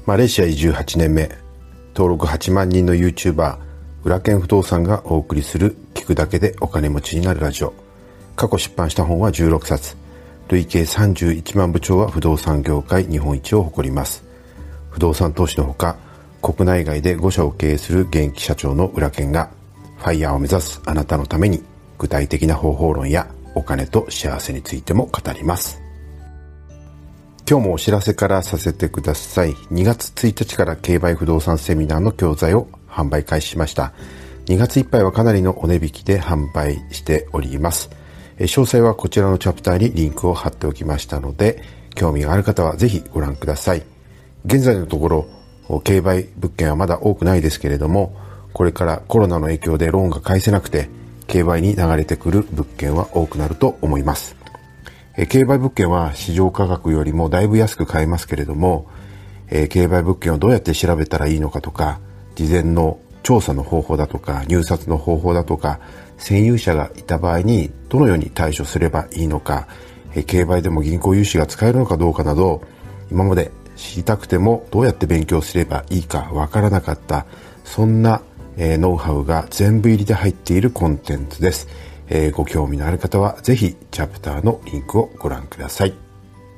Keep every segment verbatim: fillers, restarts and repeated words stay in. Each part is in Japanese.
マレーシア移住はちねんめ、登録はちまんにんの YouTuber、裏剣不動産がお送りする聞くだけでお金持ちになるラジオ。過去出版した本はじゅうろくさつ、累計さんじゅういちまんぶちょうは不動産業界日本一を誇ります。不動産投資のほか、国内外でごしゃを経営する現役社長の裏剣が、ファイヤーを目指すあなたのために、具体的な方法論やお金と幸せについても語ります。今日もお知らせからさせてください。にがつついたちから競売不動産セミナーの教材を販売開始しました。にがついっぱいはかなりのお値引きで販売しております。詳細はこちらのチャプターにリンクを貼っておきましたので、興味がある方はぜひご覧ください。現在のところ、競売物件はまだ多くないですけれども、これからコロナの影響でローンが返せなくて、競売に流れてくる物件は多くなると思います。競売物件は市場価格よりもだいぶ安く買えますけれども、競売物件をどうやって調べたらいいのかとか、事前の調査の方法だとか、入札の方法だとか、占有者がいた場合にどのように対処すればいいのか、競売でも銀行融資が使えるのかどうかなど、今まで知りたくてもどうやって勉強すればいいかわからなかった、そんなノウハウが全部入りで入っているコンテンツです。えー、ご興味のある方はぜひチャプターのリンクをご覧ください。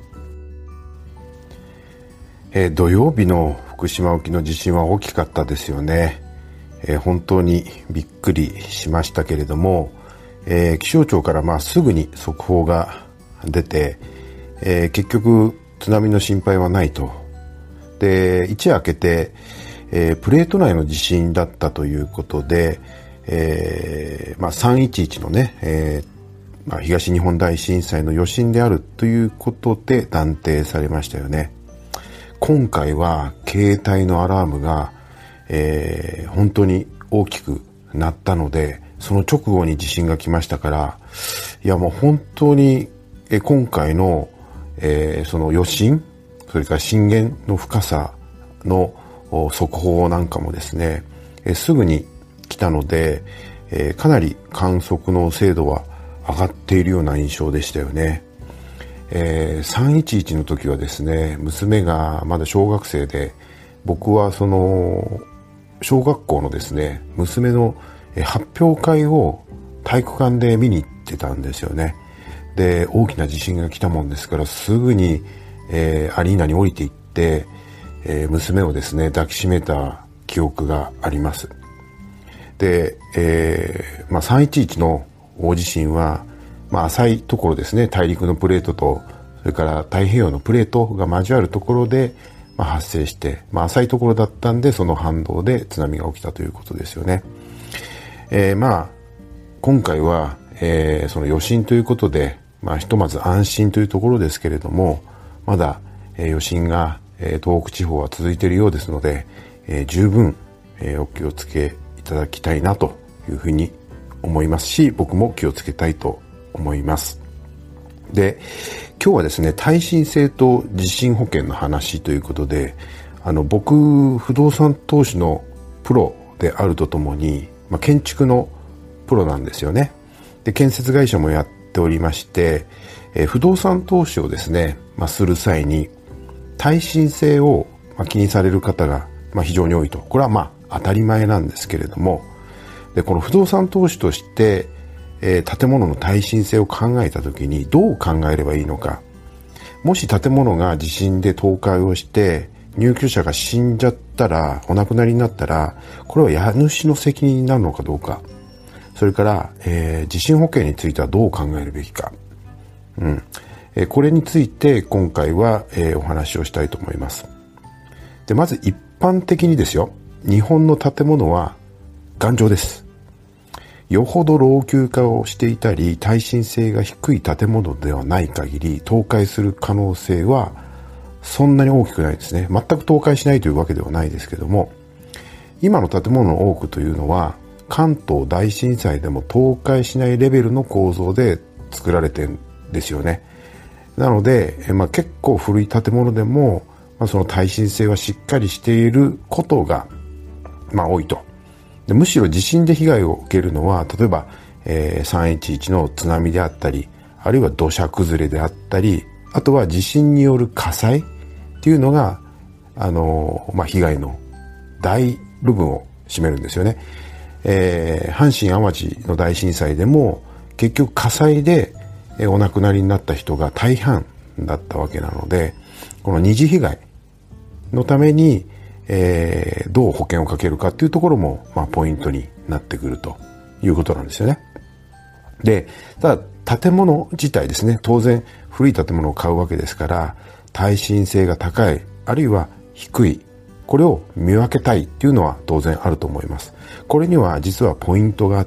えー、土曜日の福島沖の地震は大きかったですよね。えー、本当にびっくりしましたけれども、えー、気象庁からまあすぐに速報が出て、えー、結局津波の心配はないと。で、一夜明けて、えー、プレート内の地震だったということで、えーまあ、さんいちいちのね、えーまあ、東日本大震災の余震であるということで断定されましたよね。今回は携帯のアラームが、えー、本当に大きくなったので、その直後に地震が来ましたから、いやもう本当に、え今回の、えー、その余震、それから震源の深さの速報なんかもですね、えー、すぐに来たので、えー、かなり観測の精度は上がっているような印象でしたよね。えー、さんいちいちの時はですね、娘がまだ小学生で、僕はその小学校のですね、娘の発表会を体育館で見に行ってたんですよね。で、大きな地震が来たもんですから、すぐに、えー、アリーナに降りていって、えー、娘をですね、抱きしめた記憶があります。で、えーまあ、さんいちいちの大地震は、まあ、浅いところですね、大陸のプレートとそれから太平洋のプレートが交わるところで、まあ、発生して、まあ、浅いところだったんでその反動で津波が起きたということですよね。えー、まあ今回は、えー、その余震ということで、まあ、ひとまず安心というところですけれども、まだ、えー、余震が、えー、東北地方は続いているようですので、えー、十分、えー、お気をつけいただきたいなというふうに思いますし、僕も気をつけたいと思います。で、今日はですね、耐震性と地震保険の話ということで、あの僕不動産投資のプロであるとともに、まあ、建築のプロなんですよね。で、建設会社もやっておりまして、えー、不動産投資をですね、まあ、する際に耐震性を、まあ、気にされる方が、まあ、非常に多いと。これはまあ当たり前なんですけれども、でこの不動産投資として、えー、建物の耐震性を考えたときにどう考えればいいのか。もし建物が地震で倒壊をして入居者が死んじゃったら、お亡くなりになったら、これは家主の責任になるのかどうか。それから、えー、地震保険についてはどう考えるべきか。うんえー、これについて今回は、えー、お話をしたいと思います。で、まず一般的にですよ、日本の建物は頑丈です。よほど老朽化をしていたり、耐震性が低い建物ではない限り、倒壊する可能性はそんなに大きくないですね。全く倒壊しないというわけではないですけども、今の建物の多くというのは、関東大震災でも倒壊しないレベルの構造で作られてるんですよね。なので、まあ、結構古い建物でも、まあ、その耐震性はしっかりしていることが、まあ、多いと。でむしろ地震で被害を受けるのは、例えば、えー、さんいちいちの津波であったり、あるいは土砂崩れであったり、あとは地震による火災っていうのが、 あの、まあ、被害の大部分を占めるんですよね。えー、阪神淡路の大震災でも結局火災でお亡くなりになった人が大半だったわけなので、この二次被害のために、えー、どう保険をかけるかっていうところも、まあ、ポイントになってくるということなんですよね。で、ただ建物自体ですね、当然古い建物を買うわけですから、耐震性が高い、あるいは低い、これを見分けたいっていうのは当然あると思います。これには実はポイントがあって、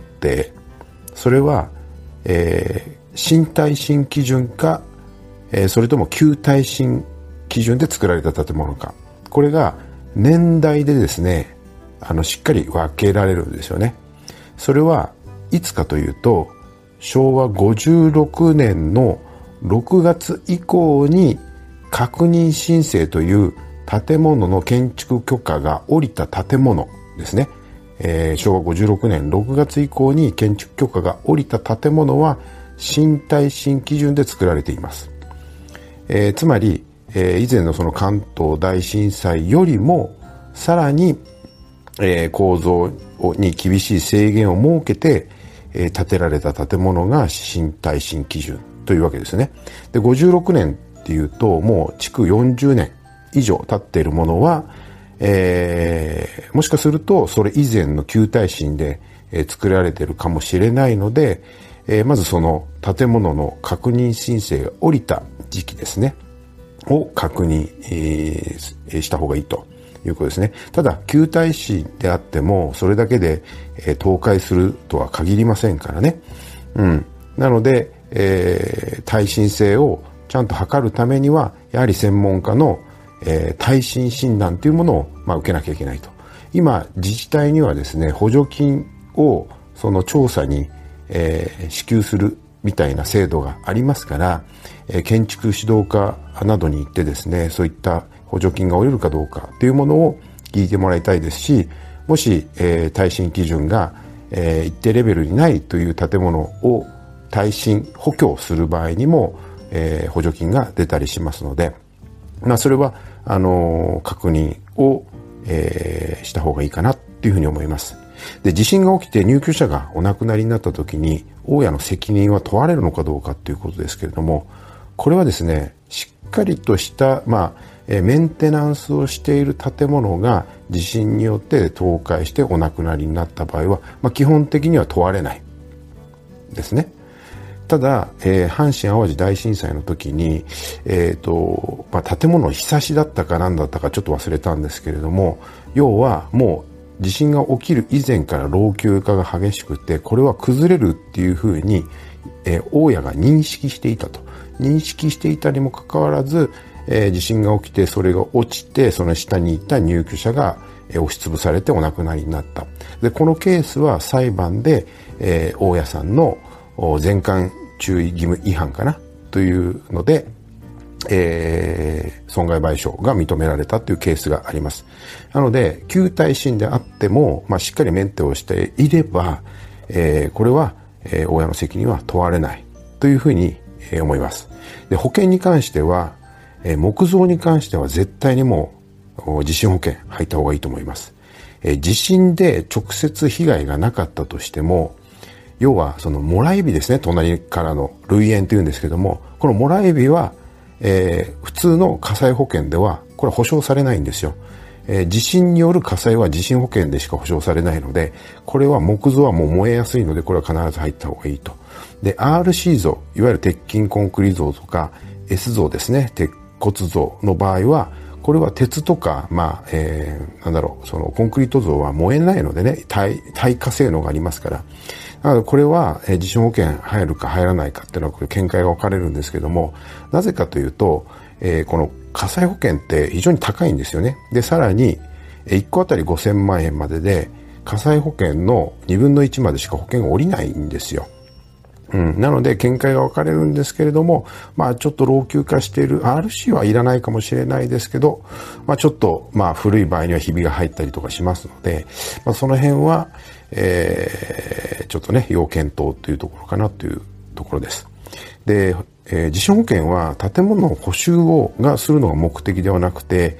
それは、えー、新耐震基準か、えー、それとも旧耐震基準で作られた建物か、これが年代でですね、あのしっかり分けられるんですよね。それはいつかというと、しょうわごじゅうろくねんのろくがつ以降に確認申請という建物の建築許可が下りた建物ですね。えー、しょうわごじゅうろくねんろくがつ以降に建築許可が下りた建物は新耐震基準で作られています。えー、つまり、えー、以前のその関東大震災よりもさらに、えー、構造に厳しい制限を設けて、えー、建てられた建物が新耐震基準というわけですね。で、ごじゅうろくねんっていうともう築よんじゅうねん以上経っているものは、えー、もしかするとそれ以前の旧耐震で、えー、作られているかもしれないので、えー、まずその建物の確認申請が下りた時期ですねを確認、えー、した方がいいということですね。ただ旧耐震であってもそれだけで、えー、倒壊するとは限りませんからね。うん。なので、えー、耐震性をちゃんと測るためにはやはり専門家の、えー、耐震診断というものを、まあ、受けなきゃいけないと。今自治体にはですね、補助金をその調査に、えー、支給するみたいな制度がありますから、えー、建築指導課などに行ってですね、そういった補助金が下りるかどうかというものを聞いてもらいたいですし、もし、えー、耐震基準が、えー、一定レベルにないという建物を耐震補強する場合にも、えー、補助金が出たりしますので、まあ、それはあのー、確認を、えー、した方がいいかなというふうに思います。で、地震が起きて入居者がお亡くなりになった時に大家の責任は問われるのかどうかということですけれども、これはですね、しっかりとした、まあえー、メンテナンスをしている建物が地震によって倒壊してお亡くなりになった場合は、まあ、基本的には問われないですね。ただ、えー、阪神淡路大震災の時に、えーとまあ、建物のひさしだったか何だったかちょっと忘れたんですけれども、要はもう地震が起きる以前から老朽化が激しくて、これは崩れるっていうふうに、えー、大家が認識していたと。認識していたにもかかわらず、えー、地震が起きてそれが落ちて、その下にいた入居者が、えー、押しつぶされてお亡くなりになった。で、このケースは裁判で、えー、大家さんの全館注意義務違反かなというので、えー、損害賠償が認められたというケースがあります。なので、旧耐震であっても、まあ、しっかりメンテをしていれば、えー、これは、えー、大家の責任は問われないというふうに、えー、思います。で、保険に関しては、えー、木造に関しては絶対にもう地震保険入った方がいいと思います。えー、地震で直接被害がなかったとしても、要はそのもらい火ですね、隣からの類煙というんですけども、このもらい火は、えー、普通の火災保険ではこれは保証されないんですよ。えー、地震による火災は地震保険でしか保証されないので、これは木造はもう燃えやすいので、これは必ず入った方がいいと。で、アールシー 像、いわゆる鉄筋コンクリ像とか S 像ですね、鉄骨像の場合は、これは鉄とか、まあ、えー、なんだろう、そのコンクリート像は燃えないのでね、耐、耐火性能がありますから。なのでこれは、えー、地震保険入るか入らないかっていうのはこれ見解が分かれるんですけども、なぜかというと、えー、この火災保険って非常に高いんですよね。で、さらに、いっこあたりごせんまんえんまでで、火災保険のにぶんのいちまでしか保険が下りないんですよ。うん、なので見解が分かれるんですけれども、まあちょっと老朽化している アールシー はいらないかもしれないですけど、まあちょっとまあ古い場合にはひびが入ったりとかしますので、まあその辺は、えー、ちょっとね、要検討というところかなというところです。で、えー、地震保険は建物の補修をがするのが目的ではなくて、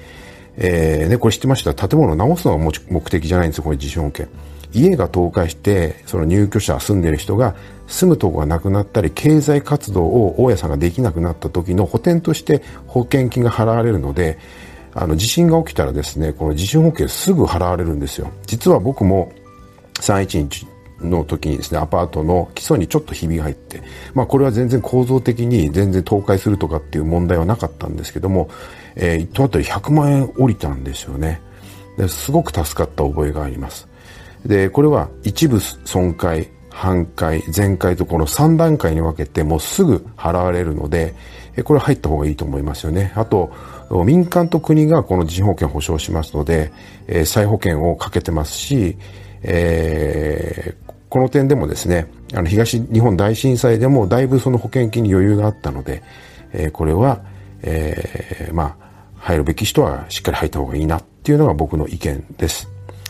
えー、ね、これ知ってました？建物を直すのが目的じゃないんですよ、これ地震保険。家が倒壊して、その入居者、住んでる人が住むとこがなくなったり、経済活動を大家さんができなくなった時の補填として保険金が払われるので、あの、地震が起きたらですね、この地震保険すぐ払われるんですよ。実は僕もさんいちいちの時にですね、アパートの基礎にちょっとひびが入って、まあこれは全然構造的に全然倒壊するとかっていう問題はなかったんですけども、えー、いっ棟あたりひゃくまんえん降りたんですよね。ですごく助かった覚えがあります。で、これは一部損壊、半壊、全壊とこのさん段階に分けてもうすぐ払われるので、これ入った方がいいと思いますよね。あと、民間と国がこの地震保険保証しますので、えー、再保険をかけてますし、えー、この点でもですね、あの東日本大震災でもだいぶその保険金に余裕があったので、えー、これは、えー、まあ、入るべき人はしっかり入った方がいいなっていうのが僕の意見です。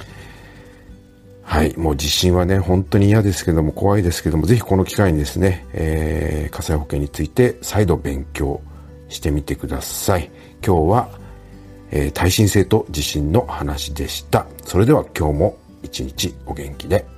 はい。もう地震はね、本当に嫌ですけども、怖いですけども、ぜひこの機会にですね、えー、火災保険について再度勉強してみてください。今日は、えー、耐震性と地震の話でした。それでは今日も一日お元気で。